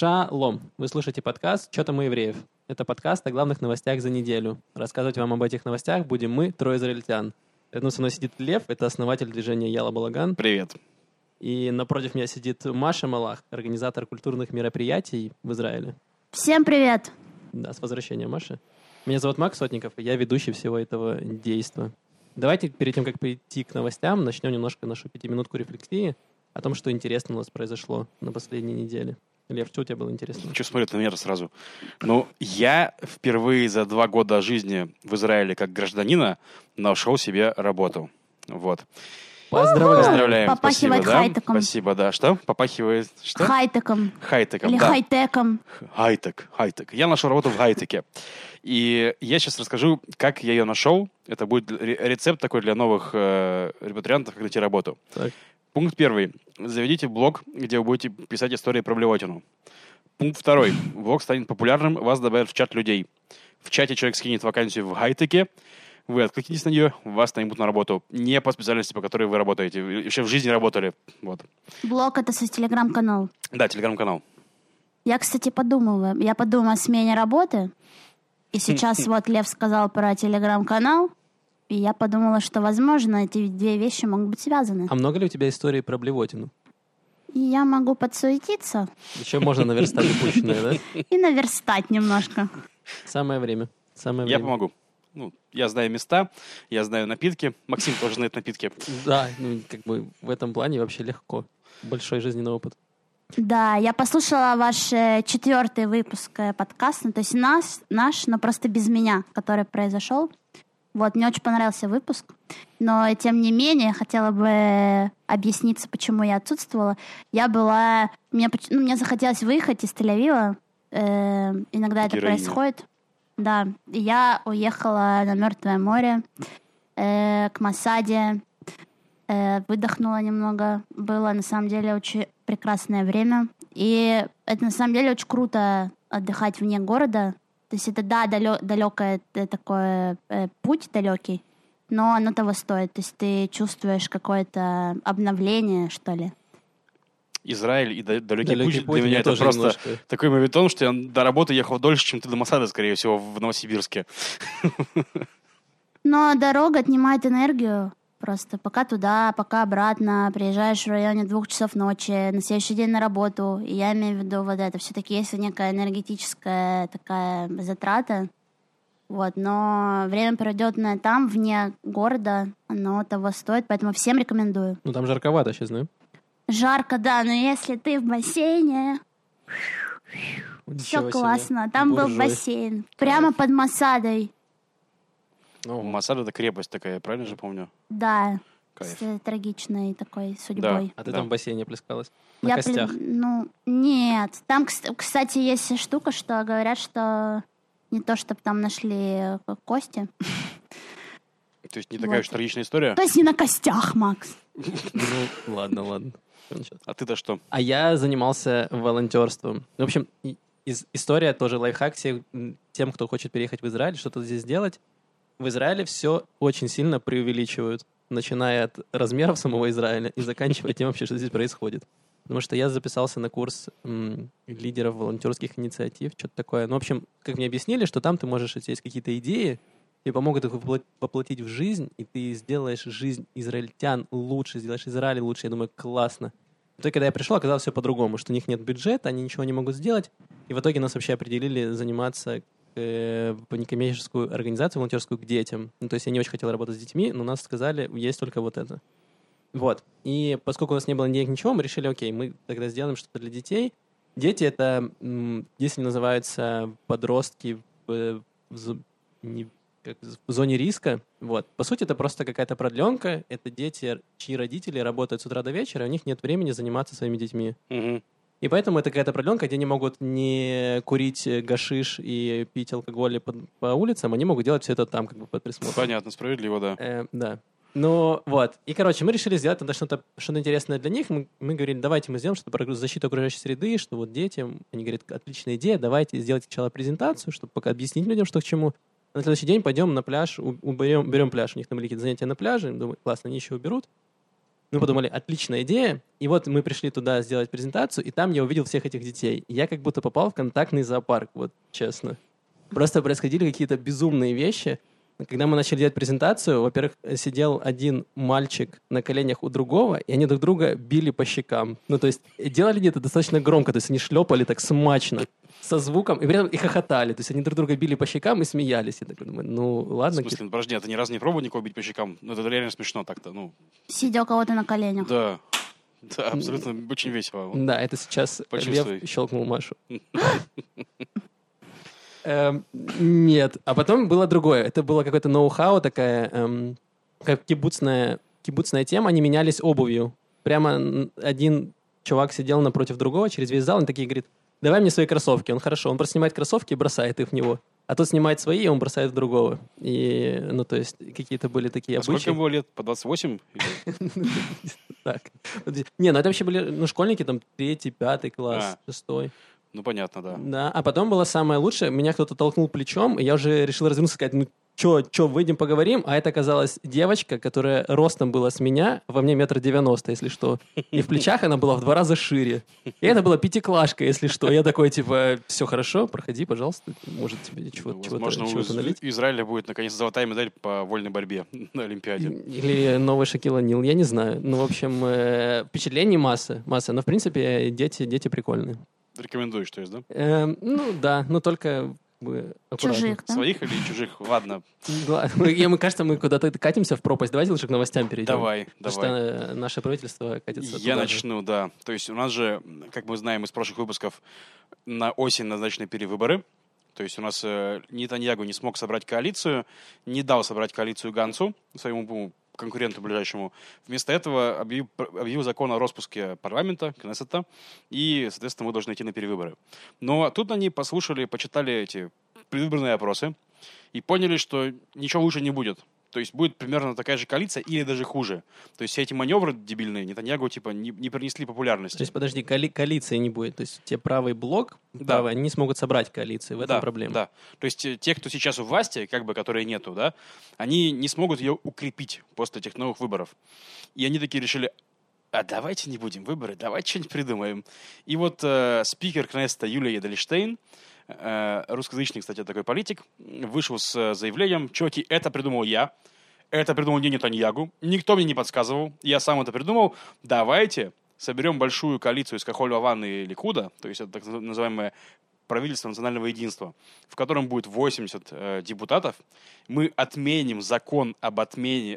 Шалом! Вы слушаете подкаст «Чё там у евреев?». Это подкаст о главных новостях за неделю. Рассказывать вам об этих новостях будем мы, трое израильтян. Рядом со мной сидит Лев, это основатель движения Яла Балаган. Привет. И напротив меня сидит Маша Малах, организатор культурных мероприятий в Израиле. Всем привет! Да, с возвращением, Маша. Меня зовут Макс Сотников, и я ведущий всего этого действа. Давайте перед тем, как перейти к новостям, начнем немножко нашу 5-минутку рефлексии о том, что интересно у нас произошло на последней неделе. Лев, что у тебя было интересно? Что смотрит на меня сразу? Ну, я впервые за 2 года жизни в Израиле как гражданина нашел себе работу. Вот. Поздравляю. Поздравляем. Попахивает Спасибо, хай-теком. Да? Спасибо, да. Что? Попахивает что? Хай-теком. Хай-теком, Или да. хай-теком. Хай-тек. Я нашел работу в хай-теке. И я сейчас расскажу, как я ее нашел. Это будет рецепт такой для новых репатриантов, как найти работу. Так. Пункт 1. Заведите блог, где вы будете писать истории про блевотину. Пункт 2. Блог станет популярным, вас добавят в чат людей. В чате человек скинет вакансию в хай-теке, вы откликнитесь на нее, вас наймут на работу. Не по специальности, по которой вы работаете. Вы еще в жизни работали. Вот. Блог — это со телеграм-канал. Да, телеграм-канал. Я, кстати, подумала о смене работы. И сейчас вот Лев сказал про телеграм-канал. И я подумала, что, возможно, эти две вещи могут быть связаны. А много ли у тебя историй про блевотину? И я могу подсуетиться Еще можно наверстать упущенное, да? и наверстать немножко. Самое время. Я помогу. Ну, я знаю места, я знаю напитки. Максим тоже знает напитки. Да, ну, как бы в этом плане вообще легко. Большой жизненный опыт. Да, я послушала ваш 4-й выпуск подкаста, то есть наш, но просто без меня, который произошел. Вот, мне очень понравился выпуск, но, тем не менее, я хотела бы объясниться, почему я отсутствовала. Мне захотелось выехать из Тель-Авива, иногда это происходит. Да, и я уехала на Мертвое море, к Масаде, выдохнула немного. Было, на самом деле, очень прекрасное время. И это, на самом деле, очень круто отдыхать вне города. То есть это, да, далекое такой путь далекий, но оно того стоит. То есть ты чувствуешь какое-то обновление, что ли. Израиль и далекий путь для меня это тоже просто немножко такой моветон, что я до работы ехал дольше, чем ты до Масада, скорее всего, в Новосибирске. Но дорога отнимает энергию просто. Пока туда, пока обратно. Приезжаешь в районе 2 часов ночи, на следующий день на работу. И я имею в виду вот это. Все-таки есть некая энергетическая такая затрата. Вот. Но время, проведенное там, вне города, оно того стоит. Поэтому всем рекомендую. Ну, там жарковато сейчас, да? Жарко, да, но если ты в бассейне, все классно. Там был бассейн. Прямо под Масадой. Масад — это крепость такая, правильно же помню? Да. Кайф. С трагичной такой судьбой. Да. А ты там в бассейне плескалась? На Я костях? Нет. Там, кстати, есть штука, что говорят, что не то, чтобы там нашли кости. То есть не такая уж трагичная история? То есть не на костях, Макс. Ну, ладно. А ты-то что? А я занимался волонтерством. В общем, история тоже лайфхак тем, кто хочет переехать в Израиль, что-то здесь делать. В Израиле все очень сильно преувеличивают, начиная от размеров самого Израиля и заканчивая тем вообще, что здесь происходит. Потому что я записался на курс лидеров волонтерских инициатив, что-то такое. Ну, в общем, как мне объяснили, что там ты можешь, если есть какие-то идеи, тебе помогут их воплотить в жизнь, и ты сделаешь жизнь израильтян лучше, сделаешь Израиль лучше. Я думаю, классно. В итоге, когда я пришел, оказалось все по-другому, что у них нет бюджета, они ничего не могут сделать. И в итоге нас вообще определили заниматься по некоммерческую организацию волонтерскую к детям. Ну, то есть я не очень хотел работать с детьми, но нас сказали, есть только вот это. Вот. И поскольку у нас не было денег, ничего, мы решили, окей, мы тогда сделаем что-то для детей. Дети — это, если называются подростки в зоне риска. Вот. По сути, это просто какая-то продленка. Это дети, чьи родители работают с утра до вечера, и у них нет времени заниматься своими детьми. Угу. И поэтому это какая-то продленка, где они могут не курить гашиш и пить алкоголь по улицам, они могут делать все это там, как бы под присмотром. Понятно, справедливо, да. Да. Ну, вот. И, короче, мы решили сделать тогда что-то интересное для них. Мы говорили, давайте мы сделаем что-то про защиту окружающей среды, что вот детям, они говорят, отличная идея, давайте сделать сначала презентацию, чтобы пока объяснить людям, что к чему. На следующий день пойдем на пляж, берем пляж. У них там летит занятия на пляже. Думаю, классно, они еще уберут. Мы подумали, отличная идея. И вот мы пришли туда сделать презентацию, и там я увидел всех этих детей. И я как будто попал в контактный зоопарк, вот честно. Просто происходили какие-то безумные вещи. Когда мы начали делать презентацию, во-первых, сидел один мальчик на коленях у другого, и они друг друга били по щекам. Ну, то есть делали они это достаточно громко, то есть они шлепали так смачно, со звуком, и при этом и хохотали. То есть они друг друга били по щекам и смеялись. Я такой думаю, ну, ладно. В смысле, подожди, а ты ни разу не пробовал никого бить по щекам? Ну, это реально смешно так-то, ну. Сидя у кого-то на коленях. Да. Да, абсолютно очень весело. Да, это сейчас Почувствуй. Лев щелкнул Машу. Нет. А потом было другое. Это было какое-то ноу-хау, такая как кибуцная тема. Они менялись обувью. Прямо один чувак сидел напротив другого через весь зал, он такие говорит, давай мне свои кроссовки. Он хорошо. Он просто снимает кроссовки и бросает их в него. А тот снимает свои, и он бросает в другого. И, ну, то есть, какие-то были такие обычаи. Сколько ему лет? По 28? Так. Не, ну это вообще были, ну, школьники, там, 3-й, 5-й класс, 6-й. Ну, понятно, да. Да, а потом было самое лучшее. Меня кто-то толкнул плечом, и я уже решил развернуться и сказать, ну, чё, выйдем поговорим? А это оказалась девочка, которая ростом была с меня, во мне 1,90 м, если что. И в плечах она была в 2 раза шире. И это была пятиклашка, если что. Я такой, типа, все хорошо, проходи, пожалуйста. Может, тебе чего-то Возможно, у налить? Израиля будет, наконец, золотая медаль по вольной борьбе на Олимпиаде. Или новый Шакил О'Нил, я не знаю. Ну, в общем, впечатлений масса. Но, в принципе, дети прикольные. Рекомендуешь, то есть, да? Ну, да, но только аккуратно. Чужих, да? Своих или чужих? Ладно. Мне кажется, мы куда-то катимся в пропасть. Давайте лучше к новостям перейдем. Давай. Потому что наше правительство катится Я туда начну, же. да. То есть у нас же, как мы знаем из прошлых выпусков, на осень назначены перевыборы. То есть у нас Нетаньягу не смог собрать коалицию, не дал собрать коалицию Ганцу, своему конкуренту ближайшему. Вместо этого объявил закон о распуске парламента, Кнессета, и, соответственно, мы должны идти на перевыборы. Но тут они послушали, почитали эти предвыборные опросы и поняли, что ничего лучше не будет. То есть будет примерно такая же коалиция или даже хуже. То есть все эти маневры дебильные Нетаньягу типа не принесли популярности. То есть, подожди, коалиции не будет. То есть те правый блок, правый, они не смогут собрать коалиции. В этом проблема. Да. То есть те, кто сейчас у власти, как бы, которые нету, да, они не смогут ее укрепить после этих новых выборов. И они такие решили, а давайте не будем выборы, давайте что-нибудь придумаем. И вот спикер Кнессета Юлия Эдельштейн, русскоязычный, кстати, такой политик, вышел с заявлением, чуваки, это придумал я, это придумал не Нетаньягу, никто мне не подсказывал, я сам это придумал, давайте соберем большую коалицию из Кахоль-Лаван и Ликуда, то есть это так называемое правительство национального единства, в котором будет 80 депутатов, мы отменим закон об отмене,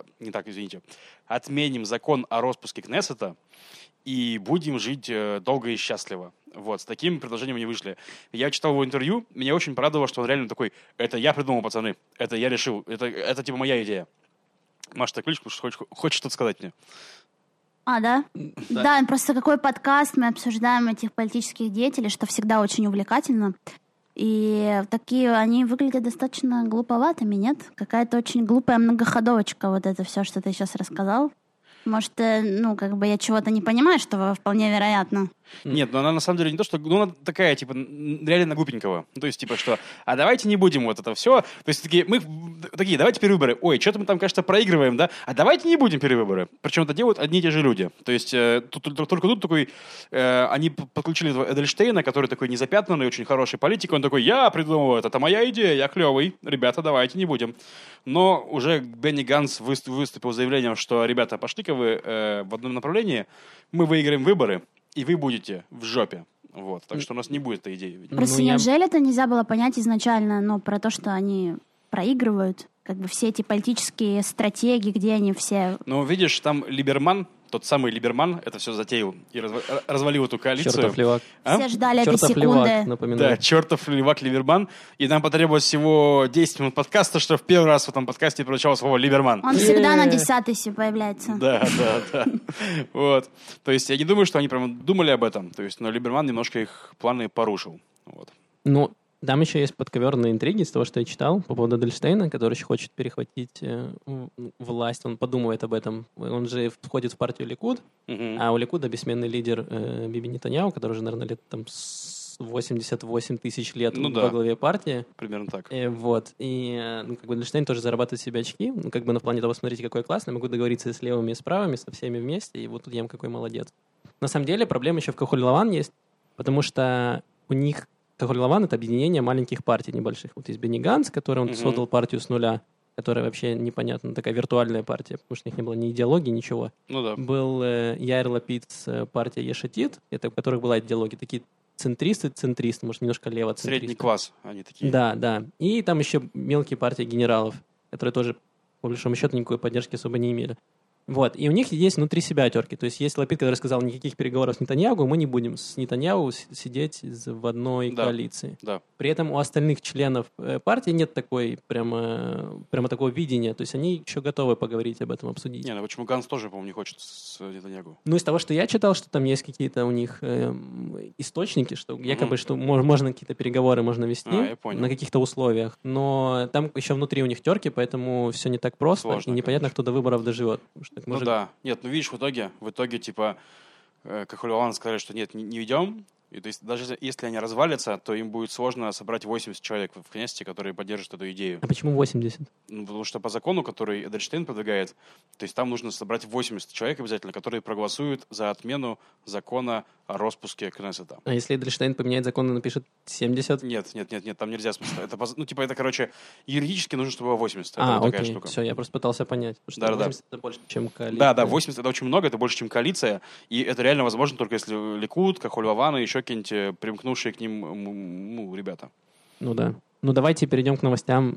отменим закон о распуске Кнессета и будем жить долго и счастливо. Вот, с таким предложением они вышли. Я читал его интервью, меня очень порадовало, что он реально такой, это я придумал, пацаны, это я решил, это типа моя идея. Маша, так видишь, хочешь что-то сказать мне? А, да? Да, просто какой подкаст мы обсуждаем этих политических деятелей, что всегда очень увлекательно. И такие, они выглядят достаточно глуповатыми, нет? Какая-то очень глупая многоходовочка, вот это все, что ты сейчас рассказал. Может, я чего-то не понимаю, что вполне вероятно. Нет, но она на самом деле не то, что... Ну, она такая, типа, реально глупенького. Ну, то есть, типа, что... А давайте не будем вот это все. То есть, такие, давайте перевыборы. Ой, что-то мы там, кажется, проигрываем, да? А давайте не будем перевыборы. Причем это делают одни и те же люди. То есть, только тут такой... Они подключили этого Эдельштейна, который такой незапятнанный, очень хороший политик. Он такой, я придумал это моя идея, я клевый. Ребята, давайте не будем. Но уже Бенни Ганц выступил с заявлением, что, ребята, пошли-ка вы в одном направлении, мы выиграем выборы, и вы будете в жопе. Вот. Так что у нас не будет этой идеи. Просто неужели это нельзя было понять изначально, про то, что они проигрывают? Как бы все эти политические стратегии, где они все... Ну, видишь, там Либерман, тот самый Либерман, это все затеял и развалил эту коалицию. Чертов левак. Все ждали этой Чертов секунды. левак, напоминаю. Да, чертов левак Либерман. И нам потребовалось всего 10 минут подкаста, что в первый раз в этом подкасте прозвучало слово Либерман. Он всегда на 10-й появляется. Да. Вот. То есть я не думаю, что они прям думали об этом. То есть, но Либерман немножко их планы порушил. Вот. Ну, там еще есть подковерные интриги из того, что я читал по поводу Эдельштейна, который еще хочет перехватить власть. Он подумывает об этом. Он же входит в партию Ликуд, а у Ликуда бессменный лидер Биби Нетаньяху, который уже, наверное, лет там 88 тысяч лет Ну во да. главе партии. Примерно так. Вот. И, ну, как бы Эдельштейн тоже зарабатывает себе очки. Ну, как бы на плане того, смотрите, какой классный. Могу договориться и с левыми, и с правыми, со всеми вместе. И вот тут я какой молодец. На самом деле проблема еще в Кахоль-Лаван есть, потому что у них Кахоль-Лаван — это объединение маленьких партий небольших. Вот есть Бенни Ганц, который он создал партию с нуля, которая вообще непонятно, такая виртуальная партия, потому что у них не было ни идеологии, ничего. Ну да. Был Яир Лапид с партией Ешатит, это, у которых была идеология, такие центристы, может, немножко лево-центристы. Средний класс, они такие. Да, да. И там еще мелкие партии генералов, которые тоже, по большому счету, никакой поддержки особо не имели. Вот. И у них есть внутри себя терки. То есть есть Лапид, который сказал, никаких переговоров с Нетаньяху, мы не будем с Нетаньяху сидеть в одной коалиции. Да. При этом у остальных членов партии нет такой прямо такого видения. То есть они еще готовы поговорить об этом, обсудить. Не, ну почему Ганс тоже, по-моему, не хочет с Нетаньяху? Ну, из того, что я читал, что там есть какие-то у них источники, что якобы что можно какие-то переговоры можно вести я понял. на каких-то условиях. Но там еще внутри у них терки, поэтому все не так просто. Сложно, и непонятно, конечно. кто до выборов доживет. Ну да. Нет, ну видишь, в итоге, типа, Кахоль-Лаван сказали, что нет, не ведем. И, то есть даже если они развалятся, то им будет сложно собрать 80 человек в княжестве, которые поддержат эту идею. А почему 80? Ну, потому что по закону, который Эдельштейн продвигает, то есть там нужно собрать 80 человек обязательно, которые проголосуют за отмену закона о распуске Кнессета. А если Эдельштейн поменяет закон и напишет 70? Нет, там нельзя смысла. Это, короче, юридически нужно, чтобы было 80. Это вот такая окей, штука. все, я просто пытался понять. Потому что 80 это больше, чем коалиция. Да, 80 это очень много, это больше, чем коалиция, и это реально возможно только если Ликуд, Кахоль-Лаван и еще какие-нибудь примкнувшие к ним ребята. Ну да. Ну давайте перейдем к новостям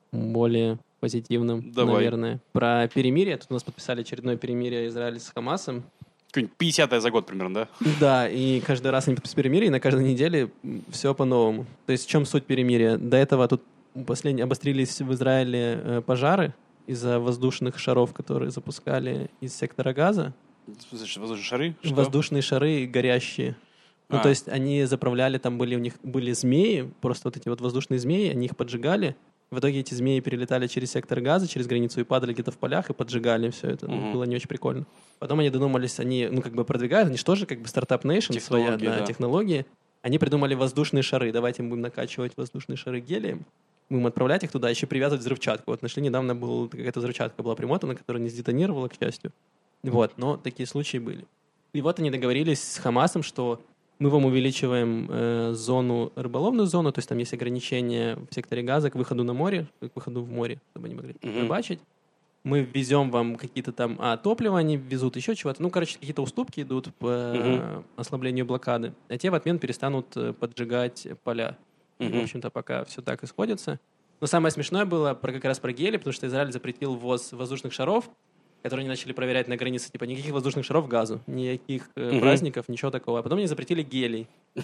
более позитивным, наверное. Про перемирие. Тут у нас подписали очередное перемирие Израиля с Хамасом. Какое-нибудь 50-е за год примерно, да? Да, и каждый раз они подписывают перемирие, и на каждой неделе все по-новому. То есть в чем суть перемирия? До этого тут обострились в Израиле пожары из-за воздушных шаров, которые запускали из сектора Газа. Воздушные шары? Что? Воздушные шары горящие. Ну, то есть они заправляли, там у них были змеи, просто вот эти вот воздушные змеи, они их поджигали. В итоге эти змеи перелетали через сектор Газа, через границу и падали где-то в полях и поджигали все это. Было не очень прикольно. Потом они додумались, они, продвигают, они же тоже стартап нейшн, своя технологии. Они придумали воздушные шары. Давайте мы будем накачивать воздушные шары гелием. Будем отправлять их туда, еще привязывать взрывчатку. Вот нашли недавно, какая-то взрывчатка была примотана, которая не сдетонировала, к счастью. Вот, но такие случаи были. И вот они договорились с Хамасом, что мы вам увеличиваем рыболовную зону, то есть там есть ограничения в секторе Газа к выходу на море, к выходу в море, чтобы они могли рыбачить. Мы везем вам какие-то там топливо, они везут еще чего-то. Какие-то уступки идут по ослаблению блокады. А те в отмен перестанут поджигать поля. В общем-то, пока все так и сходится. Но самое смешное было как раз про гели, потому что Израиль запретил ввоз воздушных шаров, которые они начали проверять на границе, типа никаких воздушных шаров Газу, никаких праздников, ничего такого. А потом они запретили гелий.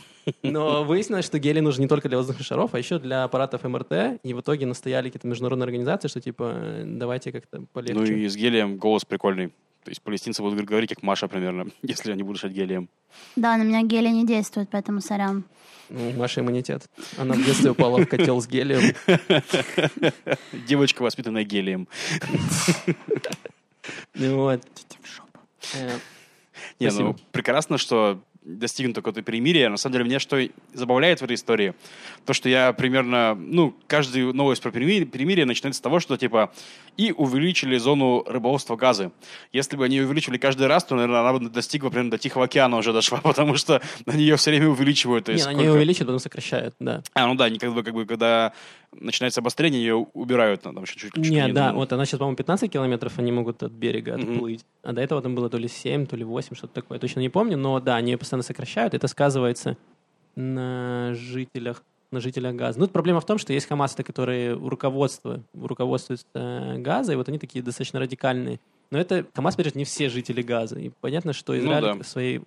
Но выяснилось, что гелий нужен не только для воздушных шаров, а еще для аппаратов МРТ. И в итоге настояли какие-то международные организации, что типа давайте как-то полегче. Ну и с гелием голос прикольный. То есть палестинцы будут говорить, как Маша примерно, если они будут дышать гелием. Да, на меня гелий не действует, поэтому сорян. Ну, Маша иммунитет. Она в детстве упала в котел с гелием. Девочка, воспитанная гелием. Вот. Идите в жопу. Не, ну прекрасно, что достигнуто какое-то перемирие. На самом деле, меня что забавляет в этой истории, то, что я примерно, каждую новость про перемирие начинается с того, что, типа, и увеличили зону рыболовства Газы. Если бы они увеличивали каждый раз, то, наверное, она бы достигла примерно до Тихого океана уже дошла, потому что они ее все время увеличивают. То есть они ее увеличивают, потом сокращают, да. Они когда начинается обострение, ее убирают. Там еще чуть Нет, да, вот она сейчас, по-моему, 15 километров они могут от берега отплыть. А до этого там было то ли 7, то ли 8, что-то такое. Точно не помню, но да, они ее постоянно сокращают. Это сказывается на жителях Газа. Ну, проблема в том, что есть хамасты, которые руководствуют Газа, и вот они такие достаточно радикальные. Но это Хамас, опять же, не все жители Газа. И понятно, что Израиль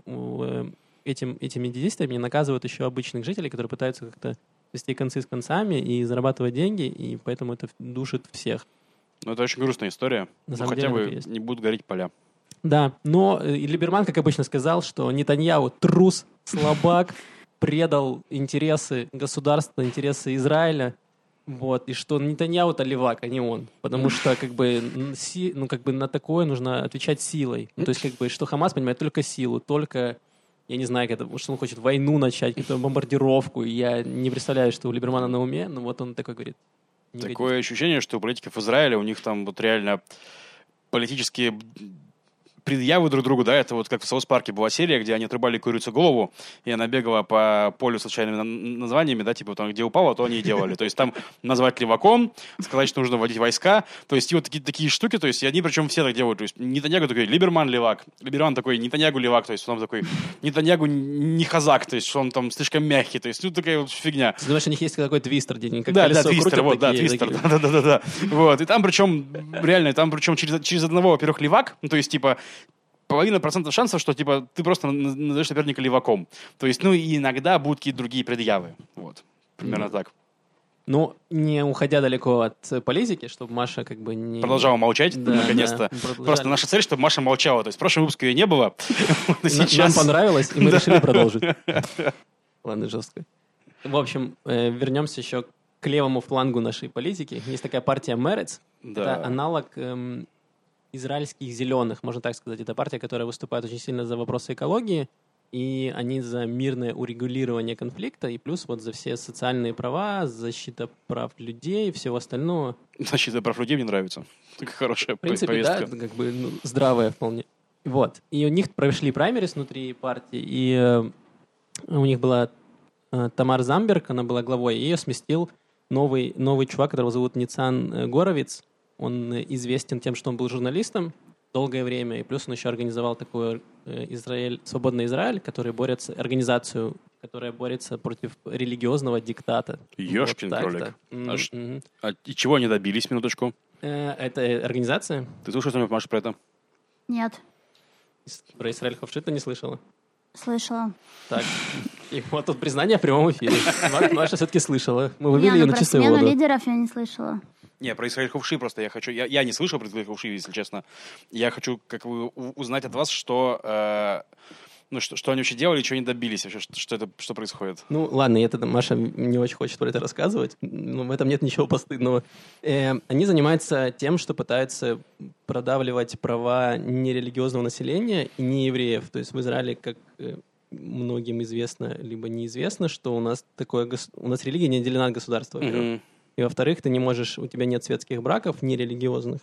этими действиями наказывают еще обычных жителей, которые пытаются как-то свести концы с концами и зарабатывать деньги, и поэтому это душит всех. Ну, это очень грустная история. Хотя бы не будут гореть поля. Да, но Либерман, как обычно, сказал, что Нетаньяху трус, слабак, предал интересы государства, интересы Израиля, вот, и что Нетаньяху-то левак, а не он, потому что, на такое нужно отвечать силой. Ну, то есть, что Хамас понимает только силу, только я не знаю, что он хочет войну начать, какую-то бомбардировку. Я не представляю, что у Либермана на уме, но вот он такой говорит. Такое ощущение, что у политиков Израиля, у них там вот реально политические предъявы друг другу, да, это вот как в Саус-парке была серия, где они отрубали курицу голову, и она бегала по полю с случайными названиями, да, типа там, где упала, то они и делали. То есть там назвать леваком, сказать, что нужно вводить войска, то есть и вот такие штуки, то есть и они причем все так делают. То есть Нетаньягу такой Либерман левак, Либерман такой Нетаньягу левак, то есть он такой Нетаньягу не хазак, то есть он там слишком мягкий, то есть ну такая вот фигня. Ты думаешь, у них есть какой-то твистер, где они как да, колесо твистер, крутят вот, такие, твистер, такие. да. Вот, и там причем, реально, через одного, во-первых, левак, ну то есть типа 0,5% шансов, что типа ты просто назовешь соперника леваком. То есть, ну и иногда будут какие-то другие предъявы. Вот, примерно так. Ну, не уходя далеко от политики, чтобы Маша как бы не... Продолжала молчать, да, наконец-то. Да, просто наша цель, чтобы Маша молчала. То есть в прошлом выпуске ее не было. Нам понравилось, и мы решили продолжить. Ладно, жестко. В общем, вернемся еще к левому флангу нашей политики. Есть такая партия Мерец. Это аналог израильских зеленых, можно так сказать. Это партия, которая выступает очень сильно за вопросы экологии, и они за мирное урегулирование конфликта, и плюс вот за все социальные права, защита прав людей и всего остального. Защита прав людей мне нравится. Такая хорошая повестка. В принципе, да, как бы здравая вполне. Вот. И у них прошли праймерис внутри партии, и у них была Тамар Замберг, она была главой, и ее сместил новый чувак, которого зовут Ницан Горовиц. Он известен тем, что он был журналистом долгое время, и плюс он еще организовал такую «Свободный Израиль», организацию, которая борется против религиозного диктата. Ёшкин кролик. И чего они добились, минуточку? Это организация? Ты слышал что-нибудь, Маша, про это? Нет. Про Исраэль Ховшит ты не слышала? Слышала. Так, и вот тут признание в прямом эфире. Маша все-таки слышала. Мы вывели ее на чистую воду. Про смену лидеров я не слышала. Не, про Исраэль Ховши просто я не слышал про Исраэль Ховши, если честно. Я хочу узнать от вас, что они вообще делали, чего они добились вообще, что происходит. Ну, ладно, Маша не очень хочет про это рассказывать, но в этом нет ничего постыдного. Они занимаются тем, что пытаются продавливать права нерелигиозного населения и неевреев. То есть в Израиле, как многим известно, либо неизвестно, что у нас религия не отделена от государства. Mm-hmm. И, во-вторых, у тебя нет светских браков нерелигиозных,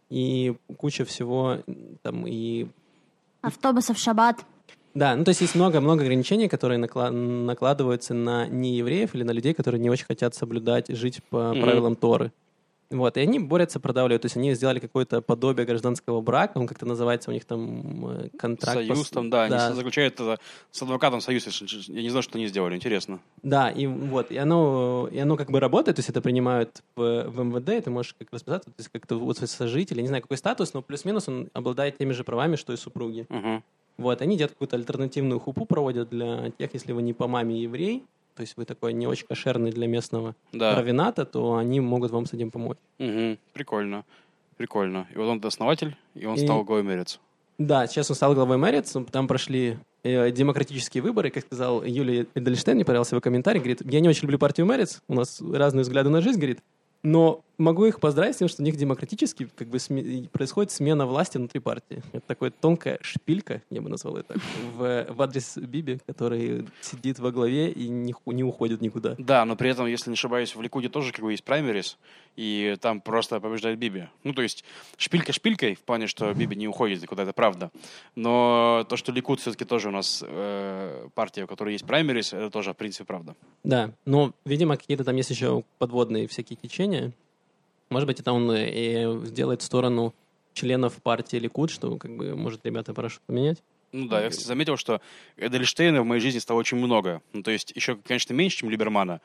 и куча всего там и... Автобусов в шаббат. Да, ну то есть есть много ограничений, которые накладываются на неевреев или на людей, которые не очень хотят жить по правилам Торы. Вот, и они борются, продавливают, то есть они сделали какое-то подобие гражданского брака, он как-то называется, у них там контракт. Союз там, да, они заключают это с адвокатом союз, я не знаю, что они сделали, интересно. Да, и вот, и оно как бы работает, то есть это принимают в МВД, ты можешь как расписаться, то есть как-то вот сожитель, я не знаю, какой статус, но плюс-минус он обладает теми же правами, что и супруги. Угу. Вот, они делают какую-то альтернативную хупу, проводят для тех, если вы не по маме еврей, то есть вы такой не очень кошерный для местного раввината, то они могут вам с этим помочь. Угу. Прикольно. И вот он основатель, и он стал главой Мерец. Да, сейчас он стал главой Мерец, там прошли демократические выборы, как сказал Юлия Эдельштейн, мне понравился его комментарий, говорит, я не очень люблю партию Мерец, у нас разные взгляды на жизнь, говорит, но могу их поздравить с тем, что у них демократически как бы происходит смена власти внутри партии. Это такая тонкая шпилька, я бы назвал это, в адрес Биби, который сидит во главе и не уходит никуда. Да, но при этом, если не ошибаюсь, в Ликуде тоже как бы есть праймерис, и там просто побеждает Биби. Ну, то есть шпилька шпилькой, в плане, что Биби не уходит никуда, это правда. Но то, что Ликуд все-таки тоже у нас партия, у которой есть праймерис, это тоже, в принципе, правда. Да, но, видимо, какие-то там есть еще подводные всякие течения. Может быть, это он сделает в сторону членов партии Ликуд, что, как бы, может, ребята прошу поменять. Ну да, я, кстати, заметил, что Эдельштейна в моей жизни стало очень много. Ну, то есть, еще, конечно, меньше, чем Либермана,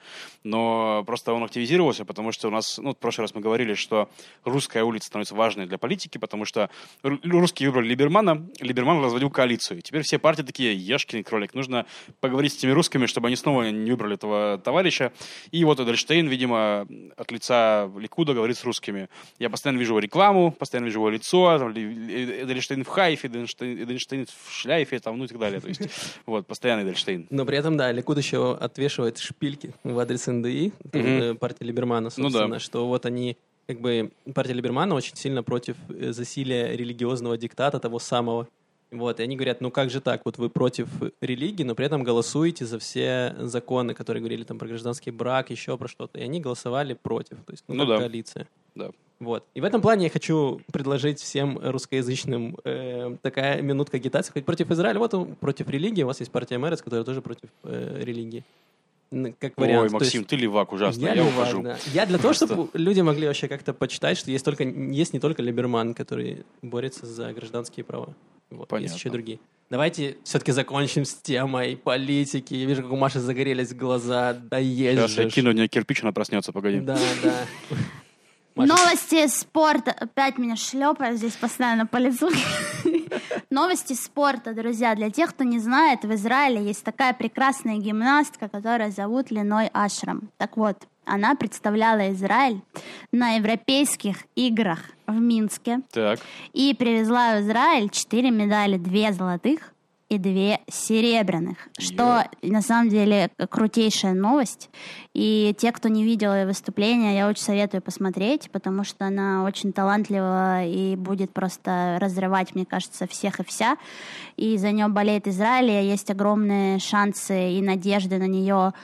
но просто он активизировался, потому что у нас, в прошлый раз мы говорили, что русская улица становится важной для политики, потому что русские выбрали Либермана, Либерман разводил коалицию. И теперь все партии такие, ешкин кролик, нужно поговорить с теми русскими, чтобы они снова не выбрали этого товарища. И вот Эдельштейн, видимо, от лица Ликуда говорит с русскими. Я постоянно вижу его рекламу, постоянно вижу его лицо, там, Эдельштейн в Хайфе, Эдельштейн в шляйфе, там, ну и так далее. То есть, вот, постоянный Эдельштейн. Но при этом, да, Ликуд еще отвешивает шпильки в адрес НДИ, партии Либермана, собственно, что вот они, как бы, партия Либермана очень сильно против засилия религиозного диктата того самого. Вот, и они говорят, ну как же так, вот вы против религии, но при этом голосуете за все законы, которые говорили там про гражданский брак, еще про что-то. И они голосовали против, то есть, как коалиция. Да. Вот. И в этом плане я хочу предложить всем русскоязычным такая минутка агитации. Хоть против Израиля, вот против религии, у вас есть партия Мерец, которая тоже против религии. Как вариант. Ой, Максим, ты левак ужасно, я левак, ухожу. Да. Я для того, чтобы люди могли вообще как-то почитать, что есть не только Либерман, который борется за гражданские права. Вот, Понятно. есть еще другие. Давайте все-таки закончим с темой политики. Я вижу, как у Маши загорелись глаза. Да есть Сейчас же. я кину в нее кирпич, она проснется, погоди. Да, да. Маша. Новости спорта. Опять меня шлепают здесь постоянно по лицу. Новости спорта, друзья. Для тех, кто не знает, в Израиле есть такая прекрасная гимнастка, которая зовут Линой Ашрам. Так вот, она представляла Израиль на Европейских играх в Минске. Так. И привезла в Израиль 4 медали, 2 золотых и 2 серебряных. Что на самом деле крутейшая новость. И те, кто не видел ее выступления, я очень советую посмотреть, потому что она очень талантлива и будет просто разрывать, мне кажется, всех и вся. И за нее болеет Израиль, и есть огромные шансы и надежды на нее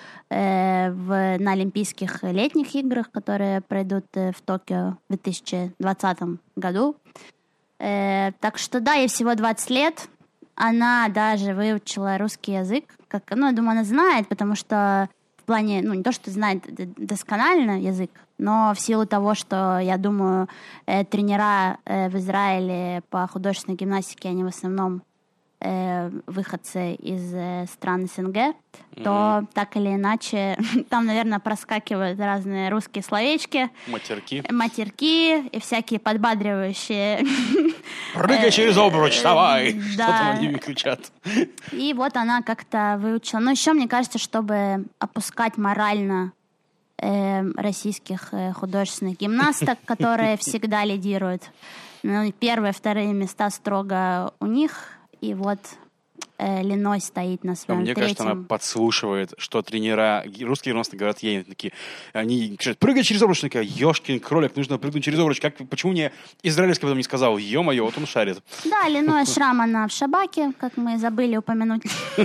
на Олимпийских летних играх, которые пройдут в Токио в 2020 году. Так что да, ей всего 20 лет. Она даже выучила русский язык. Я думаю, она знает, потому что в плане, не то, что знает досконально язык, но в силу того, что, я думаю, тренера в Израиле по художественной гимнастике, они в основном выходцы из стран СНГ, то так или иначе там, наверное, проскакивают разные русские словечки, матерки и всякие подбадривающие. Прыгай через обруч, давай! Что там они кричат? И вот она как-то выучила. Но еще мне кажется, чтобы опускать морально российских художественных гимнасток, которые всегда лидируют. Первые, вторые места строго у них. И вот Линой стоит на своем Мне третьем. кажется, она подслушивает, что тренера, русские гимнасты говорят ей, такие, они кричат, прыгай через обруч, такая, ёшкин кролик, нужно прыгнуть через обруч. Почему мне израильский потом не сказал? Ё-моё, вот он шарит. Да, Линой Ашрам, она в Шабаке, как мы забыли упомянуть.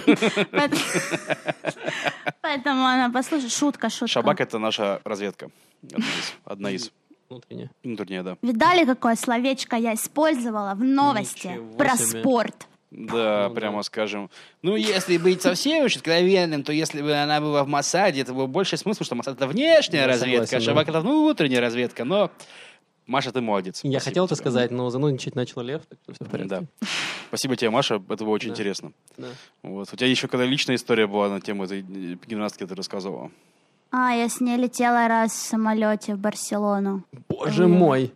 Поэтому она послушает. Шутка. Шабак — это наша разведка. Одна из. Внутренняя, да. Видали, какое словечко я использовала в новости про спорт? Да, прямо скажем. Если быть совсем уж откровенным, то если бы она была в Моссаде, это был больше смысл, что Моссад — это внешняя разведка, а Шабак — это внутренняя разведка. Но, Маша, ты молодец. Я хотел это сказать, но занудничать начал Лев, так что все в порядке. Да. Спасибо тебе, Маша, это было очень интересно. Да. Вот. У тебя еще когда личная история была на тему этой гимнастки, ты рассказывала. Я с ней летела раз в самолете в Барселону. Боже мой!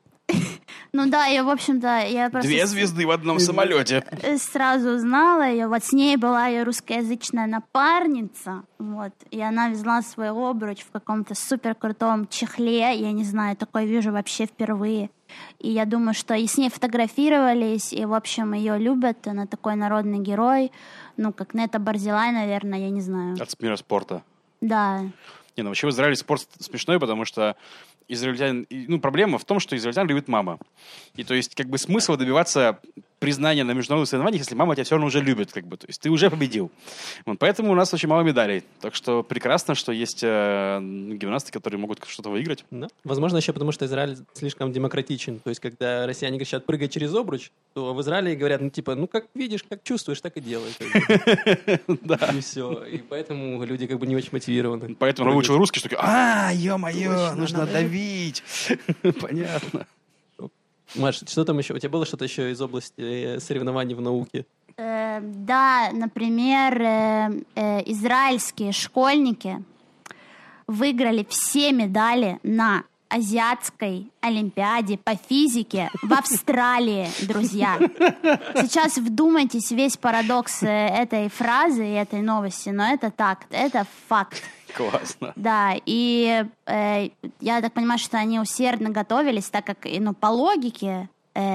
И, в общем-то, я просто... 2 звезды в одном самолете. Сразу узнала ее. Вот с ней была ее русскоязычная напарница. Вот. И она везла свой обруч в каком-то суперкрутом чехле. Я не знаю, такое вижу вообще впервые. И я думаю, что и с ней фотографировались, и, в общем, ее любят. Она такой народный герой. Как Нета Барзилай, наверное, я не знаю. От мира спорта. Да. Вообще в Израиле спорт смешной, потому что израильтян... проблема в том, что израильтян любит мама. И то есть, смысл добиваться признания на международных соревнованиях, если мама тебя все равно уже любит, То есть ты уже победил. Поэтому у нас очень мало медалей. Так что прекрасно, что есть гимнасты, которые могут что-то выиграть. Да. Возможно, еще потому, что Израиль слишком демократичен. То есть, когда россияне говорят, прыгай через обруч, то в Израиле говорят, как видишь, как чувствуешь, так и делай. Да. И все. И поэтому люди не очень мотивированы. Поэтому выучил русский, что ё-моё, нужно давить. Понятно. Маш, что там еще? У тебя было что-то еще из области соревнований в науке? Да, например, израильские школьники выиграли все медали на Азиатской Олимпиаде по физике в Австралии, друзья. Сейчас вдумайтесь весь парадокс этой фразы и этой новости, но это так, это факт. Классно. Да, и я так понимаю, что они усердно готовились, так как, по логике,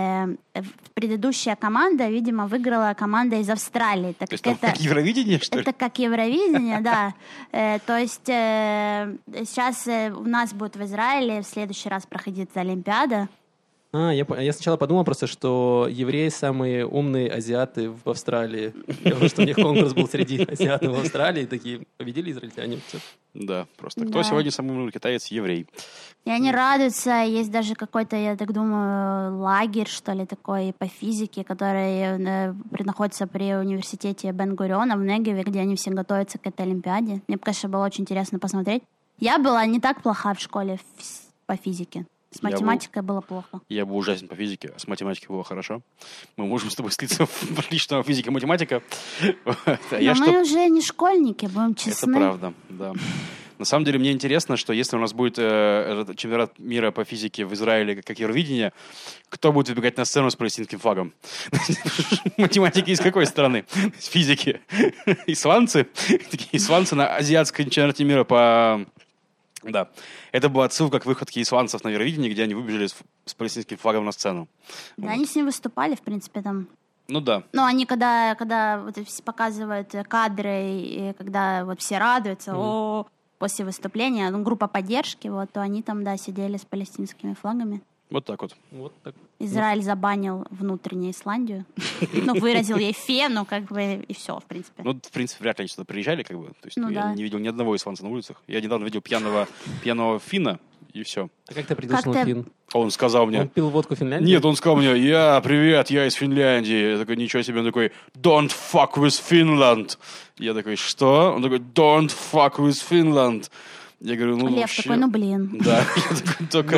предыдущая команда, видимо, выиграла команда из Австралии. То есть как Евровидение, что ли? Это как Евровидение, да. То есть сейчас у нас будет в Израиле в следующий раз проходить Олимпиада. Я сначала подумал просто, что евреи самые умные азиаты в Австралии. Потому что у них конкурс был среди азиатов в Австралии, такие победили израильтяне. Всё. Да, просто кто сегодня самый умный китаец? Еврей. И они радуются, есть даже какой-то, я так думаю, лагерь, что ли, такой по физике, который находится при университете Бен-Гуриона в Негеве, где они все готовятся к этой Олимпиаде. Мне, конечно, было очень интересно посмотреть. Я была не так плоха в школе по физике. С математикой было плохо. Я был ужасен по физике, а с математикой было хорошо. Мы можем с тобой слиться в отличного физика и математика. Но мы уже не школьники, будем честны. Это правда, да. На самом деле, мне интересно, что если у нас будет чемпионат мира по физике в Израиле, как Евровидение, кто будет выбегать на сцену с палестинским флагом? Математики из какой страны? Из физики. Исландцы? Такие исландцы на азиатском чемпионате мира по... Да. Это была отсылка к выходке исландцев на Евровидении, где они выбежали с палестинским флагом на сцену. Да, вот. Они с ним выступали, в принципе, там. Ну да. Но они, когда вот показывают кадры, и когда вот все радуются, после выступления, группа поддержки, вот, то они там, да, сидели с палестинскими флагами. Вот так вот. Израиль забанил внутреннюю Исландию. Ну, выразил ей фе, ну, как бы, и все, в принципе. Ну, в принципе, вряд ли они сюда приезжали, как бы. То есть я не видел ни одного исландца на улицах. Я недавно видел пьяного финна, и все. А как ты определил, что он финн? Он сказал мне... Он пил водку в Финляндии? Нет, он сказал мне, привет, я из Финляндии. Я такой, ничего себе. Он такой, don't fuck with Finland. Я такой, что? Он такой, don't fuck with Finland. Я говорю, Лев вообще... такой, блин. Да, я такой, только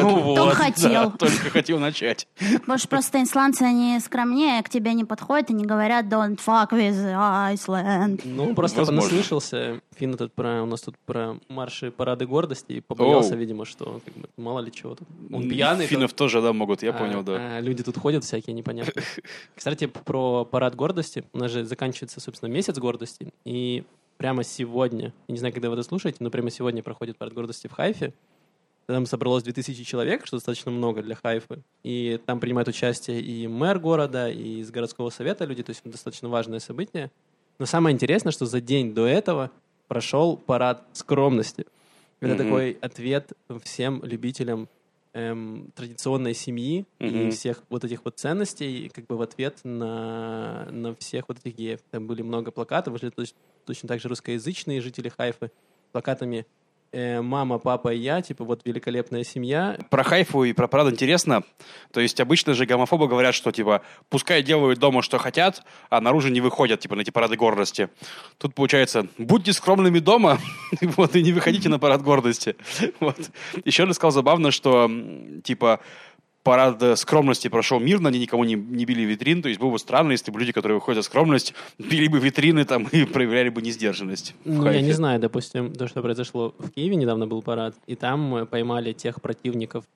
хотел начать. Может, просто исландцы, они скромнее, к тебе не подходят и не говорят don't fuck with Iceland. Ну, просто наслышался. Финн у нас тут про марши парады гордости и побоялся, видимо, что мало ли чего тут. Он пьяный. Финнов тоже, да, могут, я понял, да. Люди тут ходят всякие непонятные. Кстати, про парад гордости. У нас же заканчивается, собственно, месяц гордости. И прямо сегодня, я не знаю, когда вы это слушаете, но прямо сегодня проходит парад гордости в Хайфе. Там собралось 2000 человек, что достаточно много для Хайфы. И там принимают участие и мэр города, и из городского совета люди, то есть достаточно важное событие. Но самое интересное, что за день до этого прошел парад скромности. Это такой ответ всем любителям традиционной семьи и всех вот этих вот ценностей, как бы в ответ на всех вот этих геев. Там были много плакатов, вышли точно так же русскоязычные жители Хайфы с плакатами «Мама, папа и я», типа вот великолепная семья. Про Хайфу и про парад интересно. То есть обычно же гомофобы говорят, что типа пускай делают дома, что хотят, а наружу не выходят типа на эти парады гордости. Тут получается, будьте скромными дома, вот, и не выходите на парад гордости. Вот. Еще он сказал забавно, что типа парад скромности прошел мирно, они никому не били витрин, то есть было бы странно, если бы люди, которые выходят за скромность, били бы витрины там и проявляли бы несдержанность. Ну, я не знаю, допустим, то, что произошло в Киеве, недавно был парад, и там поймали тех противников,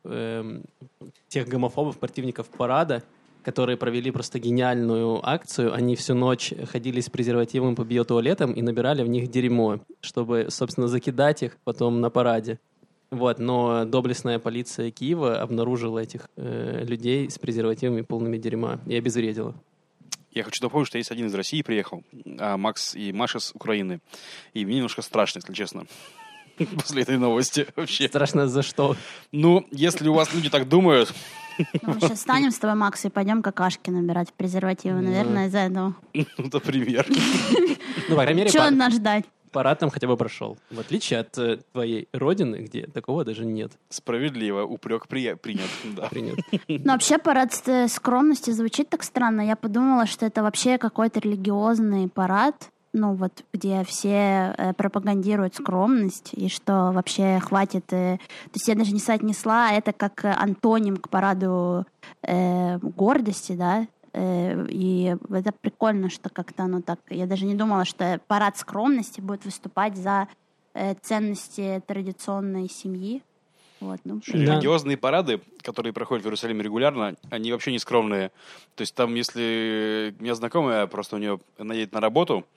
тех гомофобов, противников парада, которые провели просто гениальную акцию. Они всю ночь ходили с презервативом по биотуалетам и набирали в них дерьмо, чтобы, собственно, закидать их потом на параде. Вот, но доблестная полиция Киева обнаружила этих людей с презервативами полными дерьма и обезвредила. Я хочу напомнить, что есть один из России приехал, а Макс и Маша с Украины. И мне немножко страшно, если честно, после этой новости вообще. Страшно за что? Ну, если у вас люди так думают... Мы сейчас станем с тобой, Макс, и пойдем какашки набирать в презервативы, наверное, из-за этого. Ну, например. Ну, по крайней мере, чего нас ждать? Парад там хотя бы прошел. В отличие от твоей родины, где такого даже нет. Справедливо. Упрек принят. Да. Принят. Ну, вообще, парад скромности звучит так странно. Я подумала, что это вообще какой-то религиозный парад, ну, вот, где все пропагандируют скромность, и что вообще хватит... То есть я даже не соотнесла это как антоним к параду гордости, да, и это прикольно, что как-то оно так... Я даже не думала, что парад скромности будет выступать за ценности традиционной семьи. Вот, ну. Религиозные парады, которые проходят в Иерусалиме регулярно, они вообще не скромные. То есть там, если у меня знакомая, просто она едет на работу,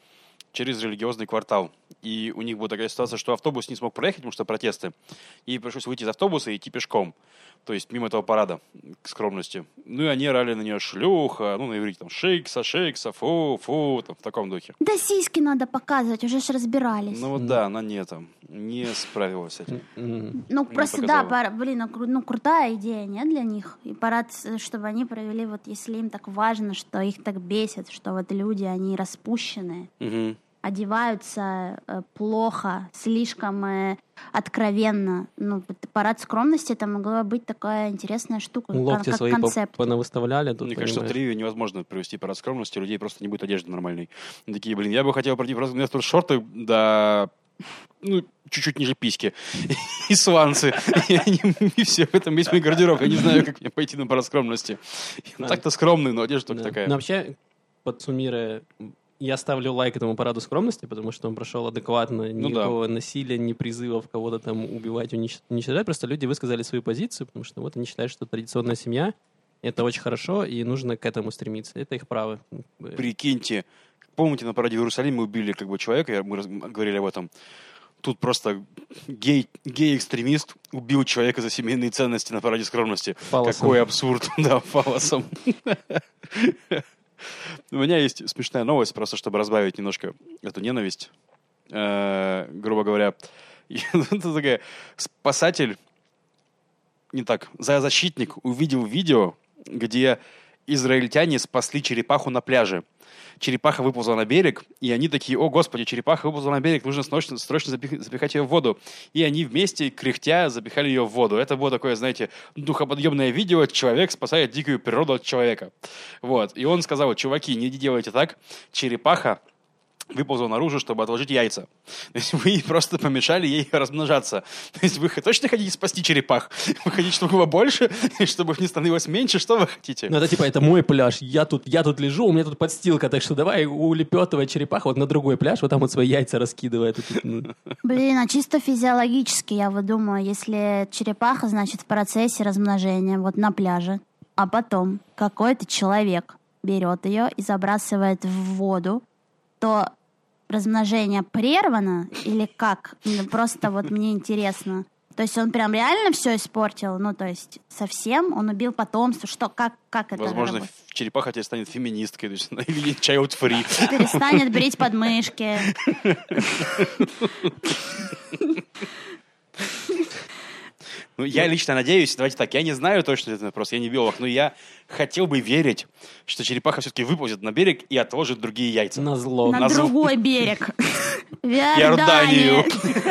через религиозный квартал. И у них была такая ситуация, что автобус не смог проехать, потому что протесты. И пришлось выйти из автобуса и идти пешком. То есть мимо этого парада к скромности. Ну и они орали на нее шлюха, ну на иврите там шейкса, фу, там в таком духе. Да сиськи надо показывать, уже ж разбирались. Ну вот да, она не справилась с этим. Ну, просто да, крутая идея, не, для них. И парад, чтобы они провели, вот если им так важно, что их так бесит, что вот люди, они распущенные, одеваются плохо, слишком откровенно. Ну, парад скромности, это могла быть такая интересная штука, Локти как свои концепт. понавыставляли. Тут, мне кажется, в Тривию невозможно провести парад скромности, у людей просто не будет одежды нормальной. Они такие, я бы хотел пройти просто, у меня тут шорты, да, ну, чуть-чуть ниже письки, и сланцы. И все, в этом весь мой гардероб. Я не знаю, как мне пойти на парад скромности. Так-то скромный, но одежда только такая. Но вообще, подсуммируя, я ставлю лайк этому параду скромности, потому что он прошел адекватно, никакого насилия, ни призывов кого-то там убивать, уничтожать. Просто люди высказали свою позицию, потому что вот они считают, что традиционная семья — это очень хорошо, и нужно к этому стремиться. Это их право. Прикиньте, помните, на параде в Иерусалиме убили человека, мы говорили об этом. Тут просто гей-экстремист убил человека за семейные ценности на параде скромности. Фалосом. Какой абсурд. Да, фалосом. У меня есть смешная новость, просто чтобы разбавить немножко эту ненависть. Грубо говоря, это такая спасатель, зоозащитник увидел видео, где израильтяне спасли черепаху на пляже. Черепаха выползла на берег, и они такие: о, господи, черепаха выползла на берег, нужно срочно запихать ее в воду. И они вместе, кряхтя, запихали ее в воду. Это было такое, знаете, духоподъемное видео, человек спасает дикую природу от человека. Вот. И он сказал: чуваки, не делайте так, черепаха выползла наружу, чтобы отложить яйца. То есть вы просто помешали ей размножаться. То есть вы точно хотите спасти черепах? Вы хотите, чтобы было больше, и чтобы их не становилось меньше? Что вы хотите? Ну, это типа, это мой пляж, я тут лежу, у меня тут подстилка, так что давай улепетывай черепаха вот на другой пляж, вот там вот свои яйца раскидывает. Блин, а чисто физиологически, я вот думаю, если черепаха, значит, в процессе размножения, вот на пляже, а потом какой-то человек берет ее и забрасывает в воду, то размножение прервано или как? Просто вот мне интересно. То есть он прям реально все испортил? Ну, то есть совсем? Он убил потомство? Что? Как это Возможно, работает? черепаха теперь станет феминисткой, то есть она или child-free. Перестанет брить подмышки. Ну, я лично надеюсь, давайте так, я не знаю точно этот вопрос, я не биолог, но я хотел бы верить, что черепаха все-таки выползет на берег и отложит другие яйца. На зло. На другой берег. В Иорданию.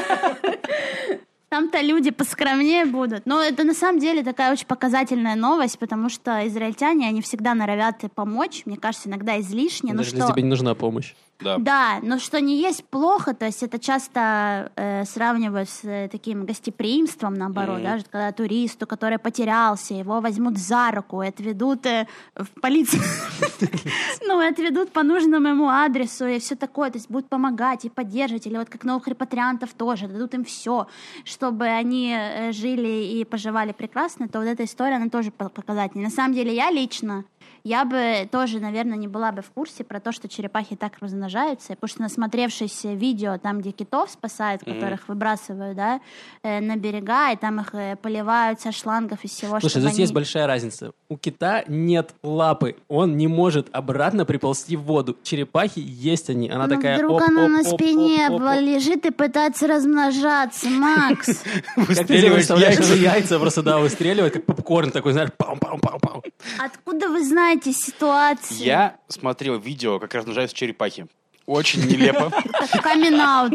Там-то люди поскромнее будут. Но это на самом деле такая очень показательная новость, потому что израильтяне, они всегда норовят помочь. Мне кажется, иногда излишне. Даже если тебе не нужна помощь. Да, но что не есть плохо, то есть это часто сравнивают с таким гостеприимством, наоборот, даже когда туристу, который потерялся, его возьмут за руку и отведут в полицию, ну, и отведут по нужному ему адресу и все такое, то есть будут помогать и поддерживать, или вот как новых репатриантов тоже, дадут им все, чтобы они жили и поживали прекрасно, то вот эта история, она тоже показательная. На самом деле я лично, я бы тоже, наверное, не была бы в курсе про то, что черепахи так размножаются, потому что насмотревшись видео, там, где китов спасают, которых выбрасывают, да, на берега, и там их поливают со шлангов и всего. Слушай, здесь есть большая разница. У кита нет лапы, он не может обратно приползти в воду. Черепахи есть они, она такая... Вдруг она на спине лежит и пытается размножаться, Макс. Как ты себе представляешь, что яйца просто, да, выстреливают, как попкорн такой, знаешь, пау-пау-пау-пау. Откуда вы знаете ситуацию? Я смотрел видео, как размножаются черепахи. Очень нелепо. Камин-аут.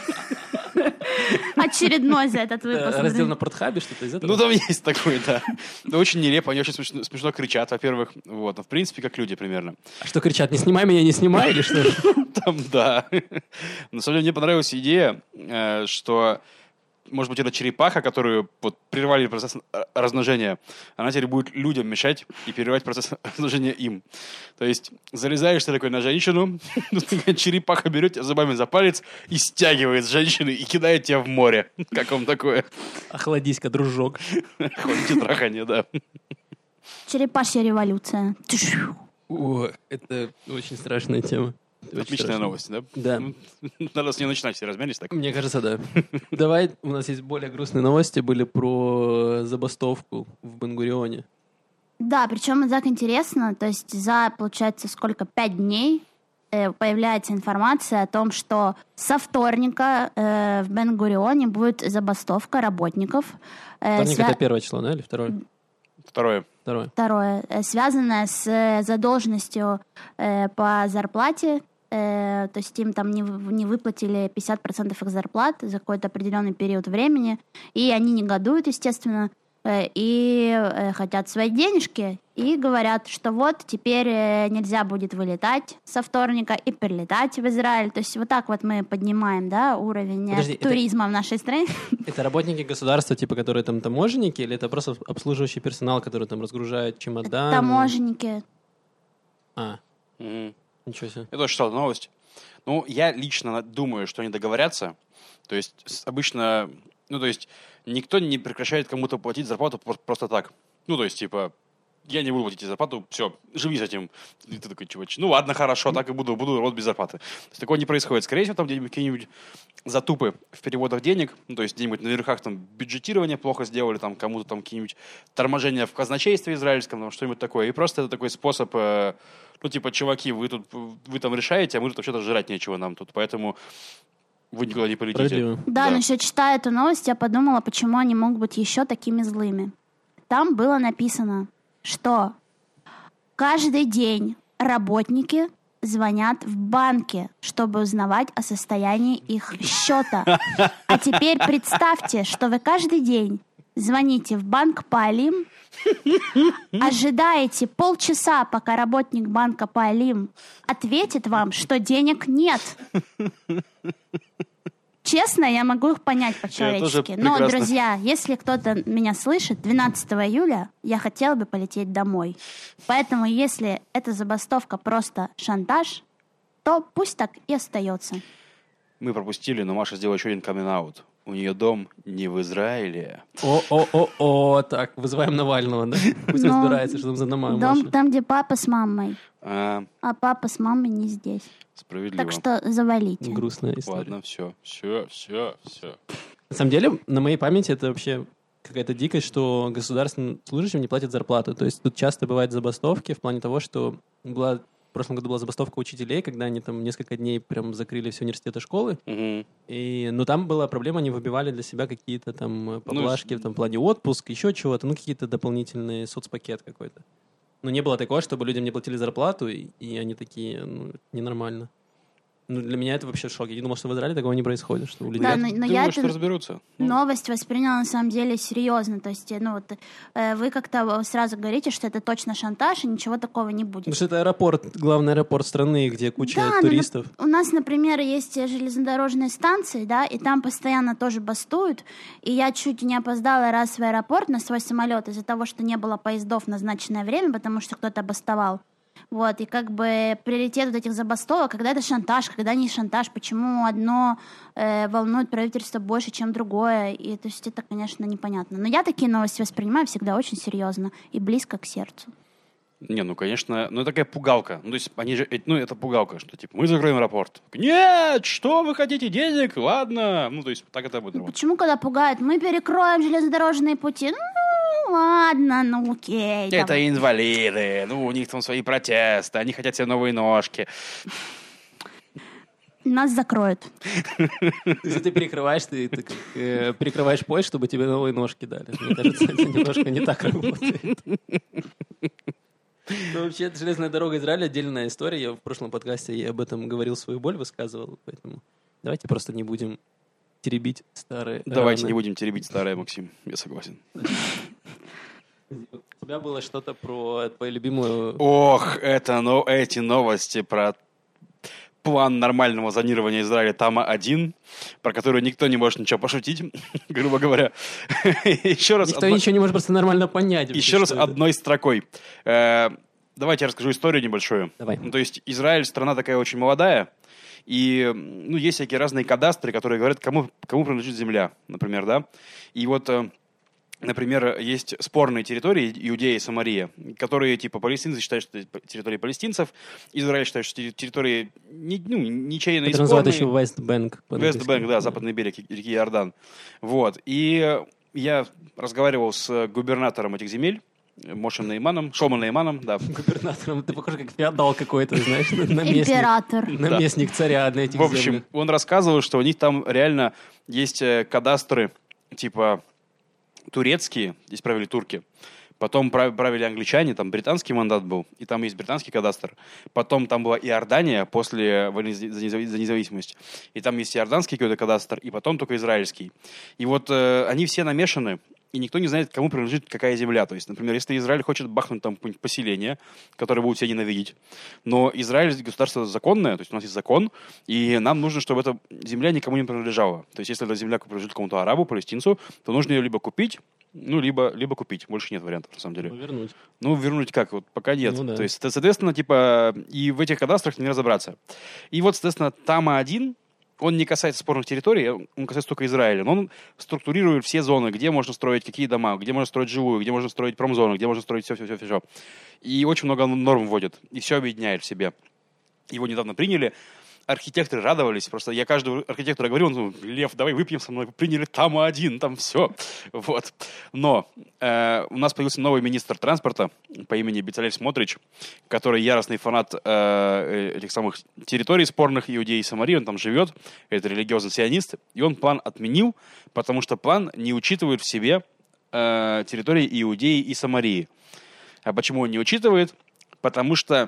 Очередной за этот выпуск. Раздел на Портхабе, что-то из этого? Ну, там есть такое, да. Но очень нелепо, они очень смешно кричат, во-первых. Вот, но в принципе, как люди примерно. А что кричат? Не снимай меня, не снимай, или что? Там, да. На самом деле, мне понравилась идея, что... Может быть, эта черепаха, которую вот прервали процесс размножения, она теперь будет людям мешать и перерывать процесс размножения им. То есть залезаешь ты такой на женщину, черепаха берет тебя зубами за палец и стягивает с женщины и кидает тебя в море. Как вам такое? Охладись-ка, дружок. Охладите трахание, да. Черепашья революция. О, это очень страшная тема. Отличная новость, да? Да. Надо с нее начинать, все размялись так. Мне кажется, да. Давай, у нас есть более грустные новости, были про забастовку в Бен-Гурионе. Да, причем это так интересно, то есть за, получается, сколько, 5 дней появляется информация о том, что со вторника в Бен-Гурионе будет забастовка работников. Вторник это 1 число, да, или 2? Второе. Связанное с задолженностью по зарплате. То есть им там не выплатили 50% их зарплат за какой-то определенный период времени. И они негодуют, естественно, и хотят свои денежки. И говорят, что вот теперь нельзя будет вылетать со вторника и прилетать в Израиль. То есть вот так вот мы поднимаем, да, уровень туризма в нашей стране. Это работники государства, типа, которые там таможенники, или это просто обслуживающий персонал, который там разгружает чемоданы? Таможенники. Ничего себе. Я тоже читал эту новость. Ну, я лично думаю, что они договорятся. То есть обычно, то есть никто не прекращает кому-то платить зарплату просто так. Ну, то есть, типа, я не буду платить тебе зарплату, все, живи с этим. И ты такой, чувак, ну ладно, хорошо, так и буду род без зарплаты. То есть такого не происходит. Скорее всего, там где-нибудь какие-нибудь затупы в переводах денег, то есть где-нибудь на верхах там бюджетирование плохо сделали, там кому-то там какие-нибудь торможения в казначействе израильском, там что-нибудь такое. И просто это такой способ, чуваки, вы там решаете, а мы тут вообще-то жрать нечего нам тут, поэтому вы никуда не полетите. Да, но еще читая эту новость, я подумала, почему они могут быть еще такими злыми. Там было написано, что каждый день работники звонят в банки, чтобы узнавать о состоянии их счета. А теперь представьте, что вы каждый день звоните в банк Паалим, ожидаете полчаса, пока работник банка Паалим ответит вам, что денег нет. Честно, я могу их понять по-человечески. Но, друзья, если кто-то меня слышит, 12 июля я хотела бы полететь домой. Поэтому, если эта забастовка просто шантаж, то пусть так и остается. Мы пропустили, но Маша сделала еще один камин-аут. У нее дом не в Израиле. Так, вызываем Навального, да? Пусть разбирается, что там за дома. Дом там, где папа с мамой. А папа с мамой не здесь. Справедливо. Так что завалите. Грустная история. Ладно, все. На самом деле, на моей памяти это вообще какая-то дикость, что государственным служащим не платят зарплату. То есть тут часто бывают забастовки в плане того, что в прошлом году была забастовка учителей, когда они там несколько дней прям закрыли все университеты, школы. Но там была проблема, они выбивали для себя какие-то там поблажки в плане отпуск, еще чего-то, какие-то дополнительные соцпакет какой-то. Но не было такого, чтобы людям не платили зарплату, и они такие, ненормально. Для меня это вообще шок. Я думал, что в Израиле такого не происходит. Что у людей... Да, но думаю, я что разберутся. Новость восприняла на самом деле серьезно. То есть, вы как-то сразу говорите, что это точно шантаж, и ничего такого не будет. Потому что это аэропорт, главный аэропорт страны, где куча туристов. У нас, например, есть железнодорожные станции, да, и там постоянно тоже бастуют. И я чуть не опоздала раз в аэропорт на свой самолет из-за того, что не было поездов в назначенное время, потому что кто-то бастовал. Вот, и приоритет вот этих забастовок, когда это шантаж, когда не шантаж, почему одно волнует правительство больше, чем другое, и то есть это, конечно, непонятно. Но я такие новости воспринимаю всегда очень серьезно и близко к сердцу. Конечно, это такая пугалка. То есть они же, это пугалка, что типа мы закроем аэропорт. Нет, что вы хотите, денег? Ладно. То есть так это будет работать. Почему, когда пугают, мы перекроем железнодорожные пути? Ладно, окей. Это давай. Инвалиды, у них там свои протесты, они хотят себе новые ножки. Нас закроют. Если ты перекрываешь, перекрываешь поезд, чтобы тебе новые ножки дали. Мне кажется, это немножко не так работает. Вообще, железная дорога Израиля — отдельная история. Я в прошлом подкасте об этом говорил, свою боль высказывал. Поэтому давайте просто не будем теребить старые раны. Давайте не будем теребить старое, Максим. Я согласен. У тебя было что-то про твою любимую... Ох, эти новости про план нормального зонирования Израиля Тама-1, про который никто не может ничего пошутить, грубо говоря. Еще раз. Никто ничего не может просто нормально понять. Еще раз одной строкой. Давайте я расскажу историю небольшую. Давай. То есть Израиль страна такая очень молодая, и есть всякие разные кадастры, которые говорят, кому принадлежит земля, например, да. И вот например, есть спорные территории, Иудея и Самария, которые, типа, палестинцы считают, что это территории палестинцев, Израиль считает, что территории ничейные и Это называют еще спорные. Вестбэнк. Вестбэнк, да, западный берег реки Иордан. Вот. И я разговаривал с губернатором этих земель, Шолман Нейманом, да. Губернатором. Ты похож как феодал какой-то, знаешь, наместник. Император. Наместник царя на этих В общем, землях. он рассказывал, что у них там реально есть кадастры, типа, турецкие, здесь правили турки. Потом правили англичане, там британский мандат был, и там есть британский кадастр. Потом там была Иордания после войны за независимость. И там есть иорданский какой-то кадастр, и потом только израильский. И вот они все намешаны, и никто не знает, кому принадлежит какая земля. То есть, например, если Израиль хочет бахнуть там какое-нибудь поселение, которое будут все ненавидеть, но Израиль государство законное, то есть у нас есть закон, и нам нужно, чтобы эта земля никому не принадлежала. То есть, если эта земля принадлежит какому-то арабу, палестинцу, то нужно ее либо купить, либо купить. Больше нет вариантов, на самом деле. Вернуть как? Вот пока нет. Да. То есть, соответственно, типа, и в этих кадастрах не разобраться. И вот, соответственно, Тама-1, он не касается спорных территорий, он касается только Израиля. Но он структурирует все зоны, где можно строить какие дома, где можно строить жилую, где можно строить промзону, где можно строить все. И очень много норм вводит. И все объединяет в себе. Его недавно приняли. Архитекторы радовались. Просто я каждому архитектору говорю, он: Лев, давай выпьем со мной. Приняли Тама-1, там все. Вот. Но у нас появился новый министр транспорта по имени Бецалель Смотрич, который яростный фанат этих самых территорий спорных, Иудеи и Самарии. Он там живет. Это религиозный сионист. И он план отменил, потому что план не учитывает в себе территории Иудеи и Самарии. А почему он не учитывает? Потому что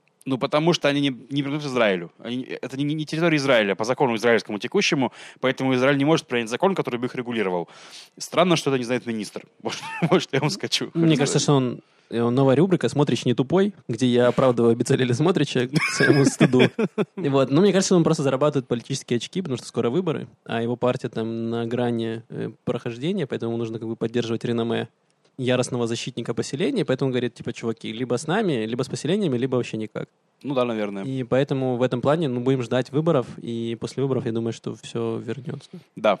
они не принадлежат Израилю. Это не территория Израиля по закону израильскому текущему, поэтому Израиль не может принять закон, который бы их регулировал. Странно, что это не знает министр. Вот что я вам скажу. Мне кажется, что новая рубрика «Смотрич не тупой», где я оправдываю Бецалеля Смотрича к своему стыду. Вот. Но мне кажется, он просто зарабатывает политические очки, потому что скоро выборы, а его партия там на грани прохождения, поэтому нужно как бы поддерживать реноме яростного защитника поселения, поэтому он говорит, типа, чуваки, либо с нами, либо с поселениями, либо вообще никак. Ну да, наверное. И поэтому в этом плане будем ждать выборов, и после выборов, я думаю, что все вернется. Да.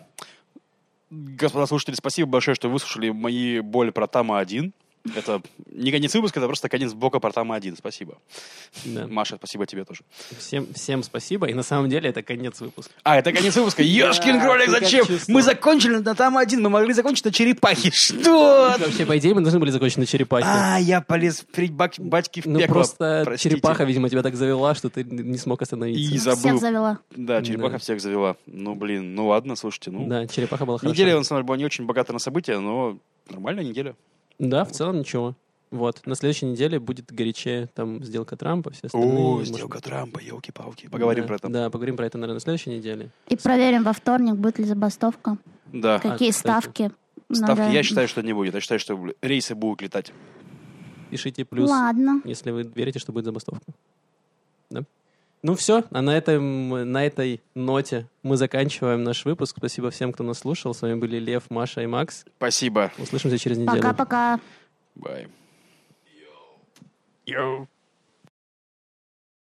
Господа слушатели, спасибо большое, что выслушали мои боли про Тама-1. Это не конец выпуска, это просто конец блока про Тама-1. Спасибо. Да. Маша, спасибо тебе тоже. Всем спасибо, и на самом деле это конец выпуска. Это конец выпуска. Ёшкин кролик, зачем? Мы закончили на Тама-1, мы могли закончить на черепахе. Что? Вообще, по идее, мы должны были закончить на черепахе. Я полез при батьке в пекло. Просто Простите. черепаха, видимо, тебя так завела, что ты не смог остановиться. И забыл. Всех завела. Да, черепаха всех завела. Ладно, слушайте. Да, черепаха была хороша. Неделя, на самом деле, была не очень богата на события, но нормальная неделя. Да, в целом ничего. Вот. На следующей неделе будет горячее там сделка Трампа, все остальные. Сделка Трампа, елки-палки. Поговорим про это. Да, поговорим про это, наверное, на следующей неделе. И проверим во вторник, будет ли забастовка. Да. Какие ставки. Ставки, я считаю, что не будет. Я считаю, что рейсы будут летать. Пишите плюс, Ладно. если вы верите, что будет забастовка. Да? Ну все, а на этой ноте мы заканчиваем наш выпуск. Спасибо всем, кто нас слушал. С вами были Лев, Маша и Макс. Спасибо. Услышимся через неделю. Пока-пока. Bye. Yo.